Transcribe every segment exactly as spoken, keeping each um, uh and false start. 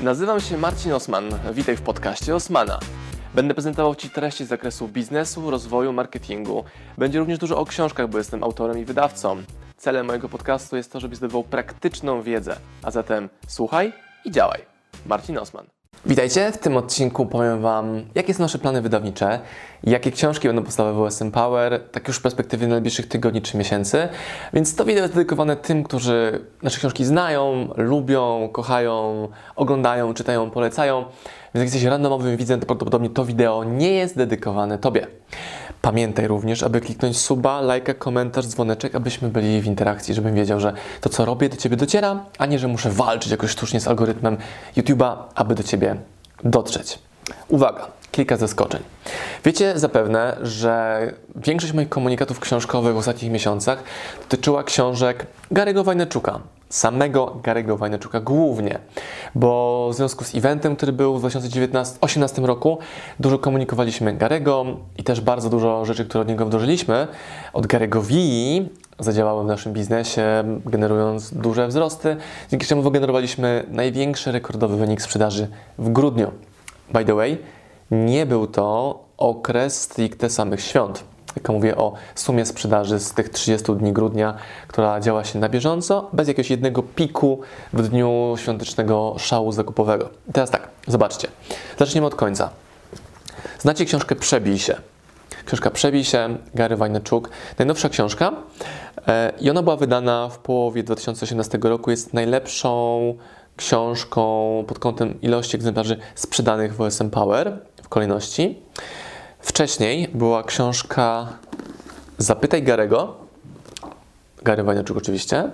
Nazywam się Marcin Osman. Witaj w podcaście Osmana. Będę prezentował Ci treści z zakresu biznesu, rozwoju, marketingu. Będzie również dużo o książkach, bo jestem autorem i wydawcą. Celem mojego podcastu jest to, żebyś zdobywał praktyczną wiedzę. A zatem słuchaj i działaj. Marcin Osman. Witajcie, w tym odcinku powiem Wam, jakie są nasze plany wydawnicze, jakie książki będą powstawały w O S M Power, tak już w perspektywie najbliższych tygodni czy miesięcy. Więc to wideo jest dedykowane tym, którzy nasze książki znają, lubią, kochają, oglądają, czytają, polecają. Więc jak jesteś randomowym widzem, to prawdopodobnie to wideo nie jest dedykowane Tobie. Pamiętaj również, aby kliknąć suba, lajka, komentarz, dzwoneczek, abyśmy byli w interakcji, żebym wiedział, że to, co robię, do Ciebie dociera, a nie, że muszę walczyć jakoś sztucznie z algorytmem YouTube'a, aby do Ciebie dotrzeć. Uwaga, kilka zaskoczeń. Wiecie zapewne, że większość moich komunikatów książkowych w ostatnich miesiącach dotyczyła książek Gary'ego Vaynerchuka. Samego Gary'ego Vaynerchuka głównie, bo w związku z eventem, który był w dwa tysiące osiemnastym roku, dużo komunikowaliśmy Gary'ego i też bardzo dużo rzeczy, które od niego wdrożyliśmy, od Gary'ego V zadziałały w naszym biznesie, generując duże wzrosty, dzięki czemu wygenerowaliśmy największy rekordowy wynik sprzedaży w grudniu. By the way, nie był to okres stricte samych świąt. Jak mówię o sumie sprzedaży z tych trzydziestu dni grudnia, która działa się na bieżąco, bez jakiegoś jednego piku w dniu świątecznego szału zakupowego. I teraz tak, zobaczcie. Zaczniemy od końca. Znacie książkę Przebij się. Książka Przebij się, Gary Vaynerchuk. Najnowsza książka e, i ona była wydana w połowie dwa tysiące osiemnastego roku. Jest najlepszą książką pod kątem ilości egzemplarzy sprzedanych w O S M Power w kolejności. Wcześniej była książka Zapytaj Gary'ego, Gary Vaynerchuk oczywiście.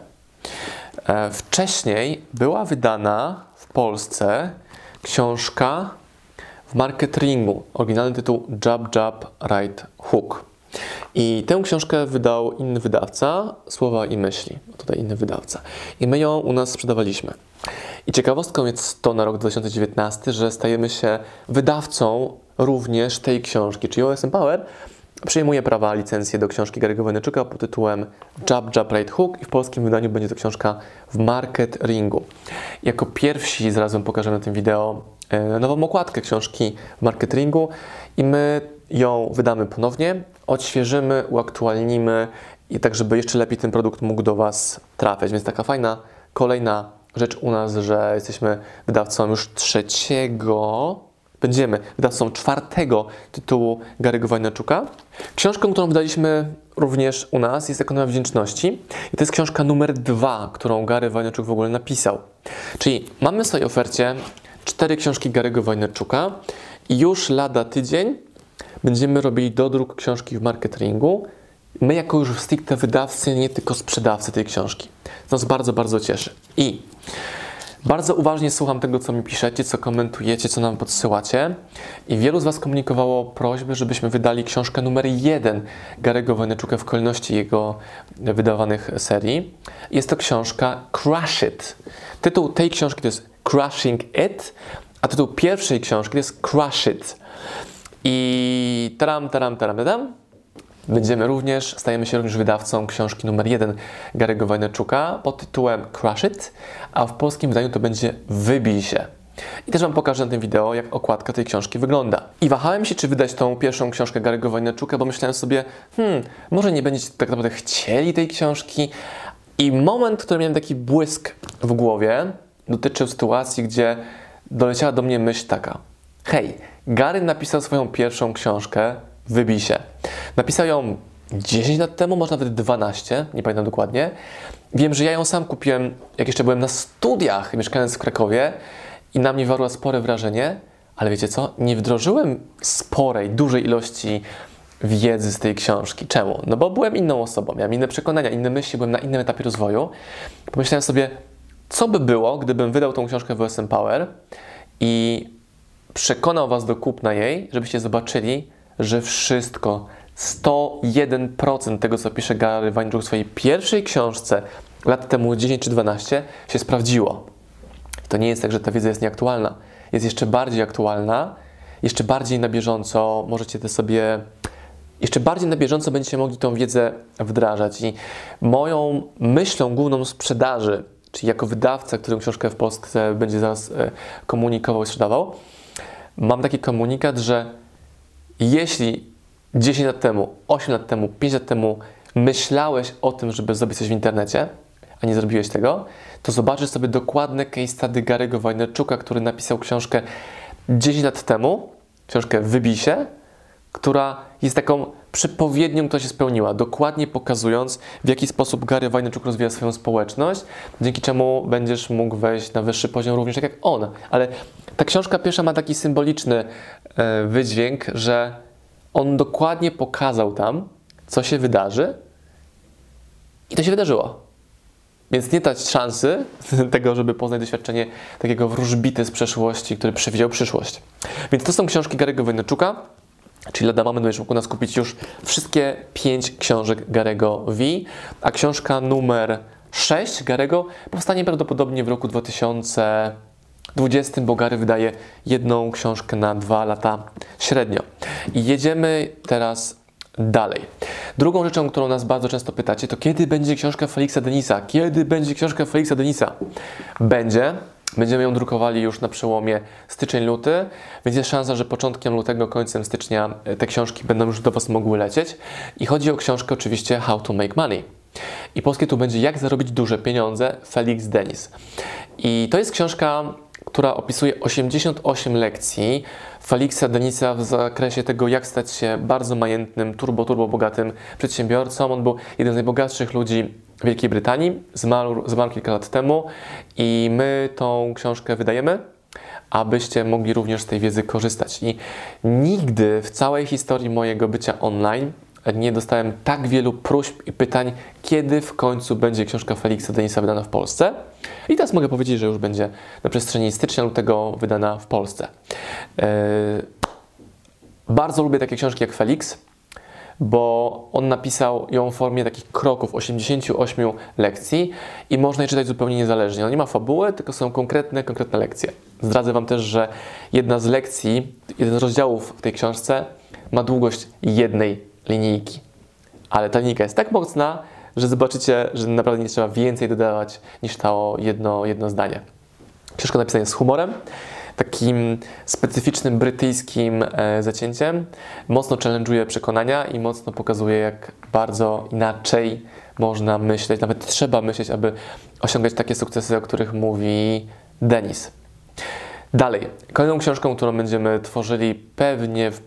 E, wcześniej była wydana w Polsce książka w marketingu, oryginalny tytuł Jab, Jab, Right Hook. I tę książkę wydał inny wydawca, Słowa i Myśli. Tutaj inny wydawca. I my ją u nas sprzedawaliśmy. I ciekawostką jest to na rok dwa tysiące dziewiętnasty, że stajemy się wydawcą również tej książki, czyli O S M Power przejmuje prawa, licencję do książki Gary'ego Vaynerchuka pod tytułem Jab, Jab, Right Hook i w polskim wydaniu będzie to książka w marketingu. Jako pierwsi zaraz Wam pokażemy na tym wideo nową okładkę książki w marketingu i my ją wydamy ponownie, odświeżymy, uaktualnimy i tak, żeby jeszcze lepiej ten produkt mógł do Was trafiać. Więc taka fajna, kolejna rzecz u nas, że jesteśmy wydawcą już trzeciego, będziemy wydawcą czwartego tytułu Gary'ego Vaynerchuka. Książką, którą wydaliśmy również u nas, jest Ekonomia Wdzięczności i to jest książka numer dwa, którą Gary Vaynerchuk w ogóle napisał. Czyli mamy w swojej ofercie cztery książki Gary'ego Vaynerchuka i już lada tydzień będziemy robili dodruk książki w marketingu. My jako już stricte wydawcy, nie tylko sprzedawcy tej książki. To nas bardzo, bardzo cieszy. I bardzo uważnie słucham tego, co mi piszecie, co komentujecie, co nam podsyłacie. I wielu z Was komunikowało prośbę, żebyśmy wydali książkę numer jeden Gary'ego Vaynerchuka w kolejności jego wydawanych serii. Jest to książka Crush It. Tytuł tej książki to jest Crushing It, a tytuł pierwszej książki to jest Crush It. I taram, taram, taram, taram. Będziemy również, stajemy się również wydawcą książki numer jeden Gary'ego Vaynerchuka pod tytułem Crush It, a w polskim wydaniu to będzie Wybij się. I też Wam pokażę na tym wideo, jak okładka tej książki wygląda. I wahałem się, czy wydać tą pierwszą książkę Gary'ego Vaynerchuka, bo myślałem sobie, hmm, może nie będziecie tak naprawdę chcieli tej książki. I moment, w którym miałem taki błysk w głowie, dotyczył sytuacji, gdzie doleciała do mnie myśl taka. Hej, Gary napisał swoją pierwszą książkę Wybij się. Napisał ją dziesięć lat temu, może nawet dwanaście, nie pamiętam dokładnie. Wiem, że ja ją sam kupiłem, jak jeszcze byłem na studiach, mieszkając w Krakowie i na mnie wywarła spore wrażenie, ale wiecie co? Nie wdrożyłem sporej, dużej ilości wiedzy z tej książki. Czemu? No bo byłem inną osobą, miałem inne przekonania, inne myśli, byłem na innym etapie rozwoju. Pomyślałem sobie, co by było, gdybym wydał tą książkę w O S M Power i przekonał Was do kupna jej, żebyście zobaczyli, że wszystko, sto jeden procent tego, co pisze Gary Vaynerchuk w swojej pierwszej książce lat temu dziesięć czy dwanaście, się sprawdziło. I to nie jest tak, że ta wiedza jest nieaktualna. Jest jeszcze bardziej aktualna, jeszcze bardziej na bieżąco możecie te sobie, jeszcze bardziej na bieżąco będziecie mogli tą wiedzę wdrażać. I moją myślą główną sprzedaży czyli jako wydawca, który książkę w Polsce będzie zaraz komunikował i sprzedawał, mam taki komunikat, że jeśli dziesięć lat temu, osiem lat temu, pięć lat temu myślałeś o tym, żeby zrobić coś w internecie, a nie zrobiłeś tego, to zobaczysz sobie dokładne case study Gary'ego Vaynerchuka, który napisał książkę dziesięć lat temu, książkę Wybij się, która jest taką przepowiednią, która się spełniła, dokładnie pokazując, w jaki sposób Gary Vaynerchuk rozwija swoją społeczność, dzięki czemu będziesz mógł wejść na wyższy poziom również tak jak on. Ale ta książka pierwsza ma taki symboliczny e, wydźwięk, że on dokładnie pokazał tam, co się wydarzy i to się wydarzyło. Więc nie dać szansy tego, żeby poznać doświadczenie takiego wróżbity z przeszłości, który przewidział przyszłość. Więc to są książki Gary'ego Vaynerchuka, czyli lada moment będziesz mógł nas kupić już wszystkie pięć książek Gary'ego V, a książka numer sześć Gary'ego powstanie prawdopodobnie w roku dwa tysiące dwudziestym, bo Gary wydaje jedną książkę na dwa lata średnio. I jedziemy teraz dalej. Drugą rzeczą, którą nas bardzo często pytacie, to kiedy będzie książka Felixa Denisa? Kiedy będzie książka Felixa Denisa? Będzie. Będziemy ją drukowali już na przełomie styczeń-luty, więc jest szansa, że początkiem lutego, końcem stycznia te książki będą już do Was mogły lecieć. I chodzi o książkę oczywiście How to Make Money. I polskie tu będzie Jak zarobić duże pieniądze, Felix Denis. I to jest książka, która opisuje osiemdziesiąt osiem lekcji Felixa Denisa w zakresie tego, jak stać się bardzo majętnym, turbo, turbo bogatym przedsiębiorcą. On był jeden z najbogatszych ludzi w Wielkiej Brytanii, zmarł, zmarł kilka lat temu i my tą książkę wydajemy, abyście mogli również z tej wiedzy korzystać. I nigdy w całej historii mojego bycia online nie dostałem tak wielu próśb i pytań, kiedy w końcu będzie książka Felixa Denisa wydana w Polsce. I teraz mogę powiedzieć, że już będzie na przestrzeni stycznia, lutego wydana w Polsce. Yy, bardzo lubię takie książki jak Felix, bo on napisał ją w formie takich kroków, osiemdziesięciu ośmiu lekcji i można je czytać zupełnie niezależnie. On nie ma fabuły, tylko są konkretne, konkretne lekcje. Zdradzę Wam też, że jedna z lekcji, jeden z rozdziałów w tej książce ma długość jednej linijki. Ale ta linijka jest tak mocna, że zobaczycie, że naprawdę nie trzeba więcej dodawać niż to jedno, jedno zdanie. Książka napisana jest z humorem, takim specyficznym brytyjskim e, zacięciem. Mocno challenge'uje przekonania i mocno pokazuje, jak bardzo inaczej można myśleć, nawet trzeba myśleć, aby osiągać takie sukcesy, o których mówi Denis. Dalej, kolejną książką, którą będziemy tworzyli pewnie w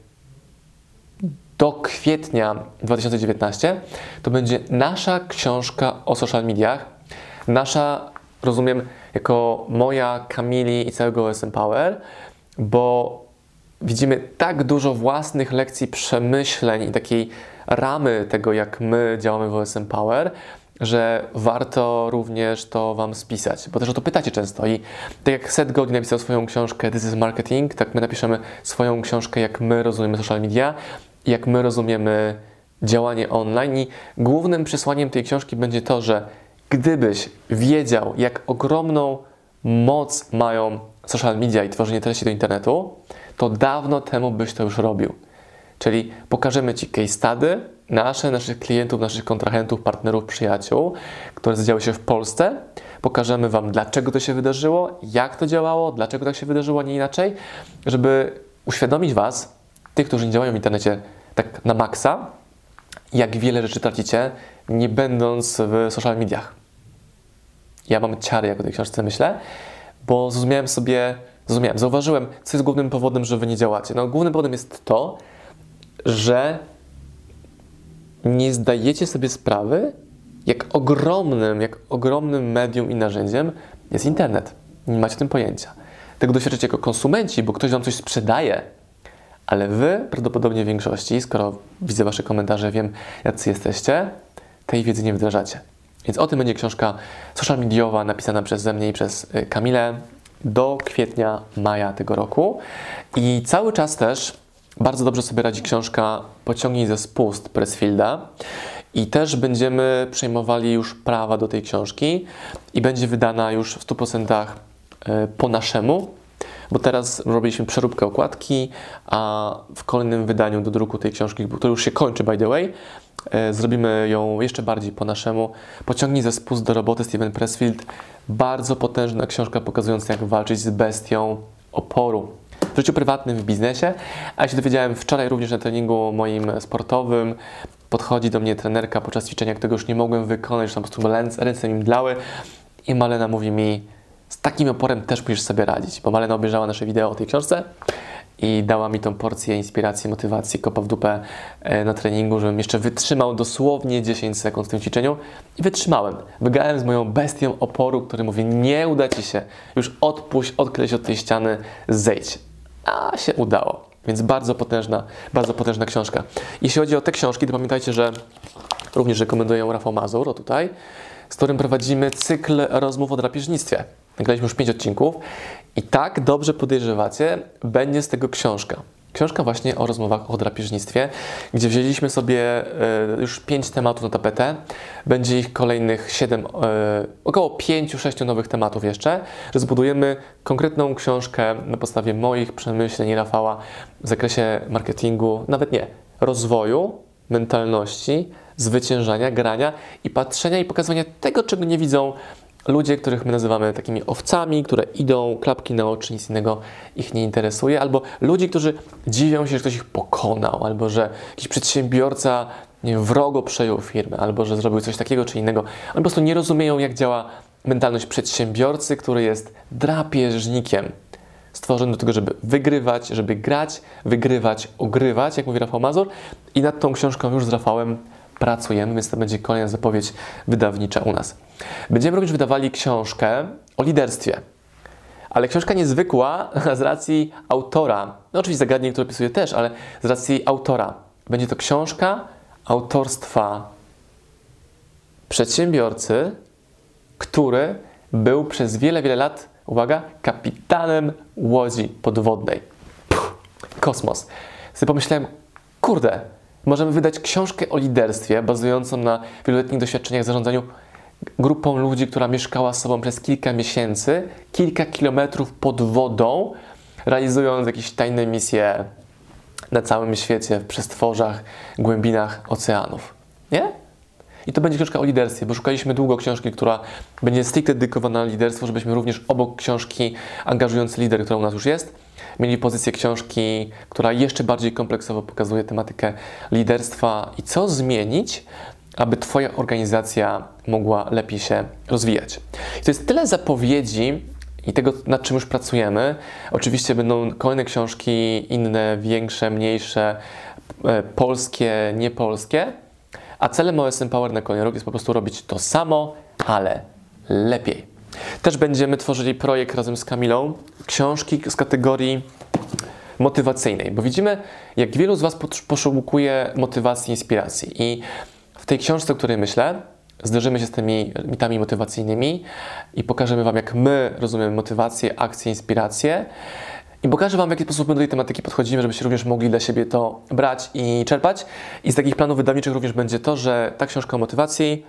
do kwietnia dwa tysiące dziewiętnastego, to będzie nasza książka o social mediach. Nasza, rozumiem, jako moja, Kamili i całego O S M Power, bo widzimy tak dużo własnych lekcji, przemyśleń i takiej ramy tego, jak my działamy w O S M Power, że warto również to Wam spisać, bo też o to pytacie często i tak jak Seth Godin napisał swoją książkę This is Marketing, tak my napiszemy swoją książkę, jak my rozumiemy social media, jak my rozumiemy działanie online i głównym przesłaniem tej książki będzie to, że gdybyś wiedział, jak ogromną moc mają social media i tworzenie treści do internetu, to dawno temu byś to już robił. Czyli pokażemy Ci case study nasze, naszych klientów, naszych kontrahentów, partnerów, przyjaciół, które zadziały się w Polsce. Pokażemy Wam, dlaczego to się wydarzyło, jak to działało, dlaczego tak się wydarzyło, a nie inaczej, żeby uświadomić Was, tych, którzy nie działają w internecie tak na maksa, jak wiele rzeczy tracicie, nie będąc w social mediach. Ja mam ciary, jak o tej książce myślę, bo zrozumiałem sobie, zrozumiałem, zauważyłem, co jest głównym powodem, że Wy nie działacie. No, głównym powodem jest to, że nie zdajecie sobie sprawy, jak ogromnym, jak ogromnym medium i narzędziem jest internet. Nie macie o tym pojęcia. Tego doświadczycie jako konsumenci, bo ktoś Wam coś sprzedaje, ale Wy prawdopodobnie w większości, skoro widzę Wasze komentarze, wiem, jacy jesteście, tej wiedzy nie wdrażacie. Więc o tym będzie książka social mediowa napisana przeze mnie i przez Kamilę do kwietnia, maja tego roku. I cały czas też bardzo dobrze sobie radzi książka Pociągnij ze spust Pressfielda i też będziemy przejmowali już prawa do tej książki i będzie wydana już w stu procentach po naszemu, bo teraz robiliśmy przeróbkę okładki, a w kolejnym wydaniu do druku tej książki, które już się kończy by the way, e, zrobimy ją jeszcze bardziej po naszemu. Pociągnij za spust do roboty, Steven Pressfield. Bardzo potężna książka pokazująca, jak walczyć z bestią oporu w życiu prywatnym, w biznesie. A ja się dowiedziałem wczoraj również na treningu moim sportowym. Podchodzi do mnie trenerka podczas ćwiczenia, którego już nie mogłem wykonać, że tam po prostu ręce, ręce mi mdlały. I Malena mówi mi, z takim oporem też musisz sobie radzić, bo Malena obejrzała nasze wideo o tej książce i dała mi tą porcję inspiracji, motywacji, kopa w dupę na treningu, żebym jeszcze wytrzymał dosłownie dziesięć sekund w tym ćwiczeniu i wytrzymałem. Wygrałem z moją bestią oporu, który mówi, nie uda Ci się, już odpuść, odklej się od tej ściany, zejdź. A się udało. Więc bardzo potężna, bardzo potężna książka. Jeśli chodzi o te książki, to pamiętajcie, że również rekomenduję ją Rafał Mazur, o tutaj, z którym prowadzimy cykl rozmów o drapieżnictwie. Nagraliśmy już pięć odcinków i tak dobrze podejrzewacie, będzie z tego książka. Książka właśnie o rozmowach o drapieżnictwie, gdzie wzięliśmy sobie y, już pięć tematów na tapetę. Będzie ich kolejnych siedem, y, około pięciu, sześciu nowych tematów jeszcze, że zbudujemy konkretną książkę na podstawie moich przemyśleń i Rafała w zakresie marketingu, nawet nie, rozwoju, mentalności, zwyciężania, grania i patrzenia i pokazywania tego, czego nie widzą ludzie, których my nazywamy takimi owcami, które idą, klapki na oczy, nic innego ich nie interesuje, albo ludzi, którzy dziwią się, że ktoś ich pokonał, albo że jakiś przedsiębiorca nie wiem, wrogo przejął firmę, albo że zrobił coś takiego czy innego. Oni po prostu nie rozumieją, jak działa mentalność przedsiębiorcy, który jest drapieżnikiem. Stworzony do tego, żeby wygrywać, żeby grać, wygrywać, ogrywać, jak mówi Rafał Mazur. I nad tą książką już z Rafałem pracujemy, więc to będzie kolejna zapowiedź wydawnicza u nas. Będziemy również wydawali książkę o liderstwie. Ale książka niezwykła z racji autora. No oczywiście zagadnień, które opisuję też, ale z racji autora. Będzie to książka autorstwa przedsiębiorcy, który był przez wiele, wiele lat, uwaga, kapitanem łodzi podwodnej. Puh, kosmos. Sobie pomyślałem, kurde, możemy wydać książkę o liderstwie bazującą na wieloletnich doświadczeniach w zarządzaniu grupą ludzi, która mieszkała z sobą przez kilka miesięcy, kilka kilometrów pod wodą, realizując jakieś tajne misje na całym świecie, w przestworzach, głębinach oceanów. Nie? I to będzie książka o liderstwie, bo szukaliśmy długo książki, która będzie stricte dedykowana na liderstwo, żebyśmy również obok książki Angażujący lider, która u nas już jest, mieli pozycję książki, która jeszcze bardziej kompleksowo pokazuje tematykę liderstwa i co zmienić, aby Twoja organizacja mogła lepiej się rozwijać. I to jest tyle zapowiedzi i tego, nad czym już pracujemy. Oczywiście będą kolejne książki, inne, większe, mniejsze, polskie, niepolskie. A celem O S M Power na kolejny rok jest po prostu robić to samo, ale lepiej. Też będziemy tworzyli projekt razem z Kamilą, książki z kategorii motywacyjnej, bo widzimy, jak wielu z Was poszukuje motywacji, inspiracji. I w tej książce, o której myślę, zderzymy się z tymi mitami motywacyjnymi i pokażemy Wam, jak my rozumiemy motywację, akcję, inspirację. I pokażę Wam, w jaki sposób my do tej tematyki podchodzimy, żebyście również mogli dla siebie to brać i czerpać. I z takich planów wydawniczych również będzie to, że ta książka o motywacji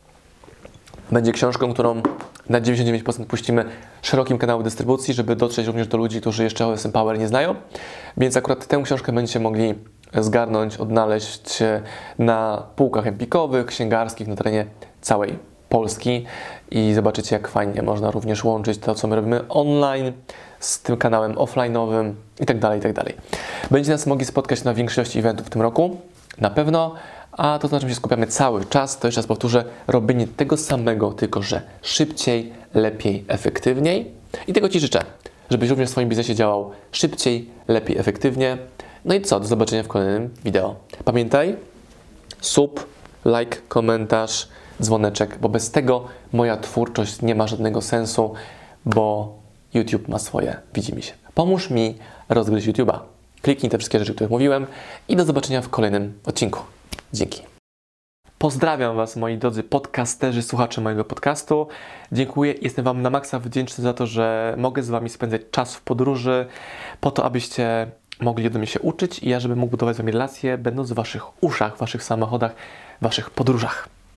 będzie książką, którą na dziewięćdziesiąt dziewięć procent puścimy szerokim kanałem dystrybucji, żeby dotrzeć również do ludzi, którzy jeszcze O S M Power nie znają. Więc akurat tę książkę będziecie mogli zgarnąć, odnaleźć na półkach empikowych, księgarskich na terenie całej Polski i zobaczycie, jak fajnie można również łączyć to, co my robimy online z tym kanałem offline'owym i tak dalej, i tak dalej. Będziecie nas mogli spotkać na większości eventów w tym roku, na pewno, a to, na czym się skupiamy cały czas, to jeszcze raz powtórzę, robienie tego samego, tylko że szybciej, lepiej, efektywniej. I tego Ci życzę, żebyś również w swoim biznesie działał szybciej, lepiej, efektywnie. No i co? Do zobaczenia w kolejnym wideo. Pamiętaj, sub, like, komentarz, dzwoneczek, bo bez tego moja twórczość nie ma żadnego sensu, bo YouTube ma swoje, widzi mi się. Pomóż mi rozgryźć YouTube'a. Kliknij te wszystkie rzeczy, o których mówiłem i do zobaczenia w kolejnym odcinku. Dzięki. Pozdrawiam Was, moi drodzy podcasterzy, słuchacze mojego podcastu. Dziękuję, jestem Wam na maksa wdzięczny za to, że mogę z Wami spędzać czas w podróży, po to, abyście mogli ode mnie się uczyć i ja, żebym mógł budować z Wami relacje, będąc w Waszych uszach, w Waszych samochodach, w Waszych podróżach.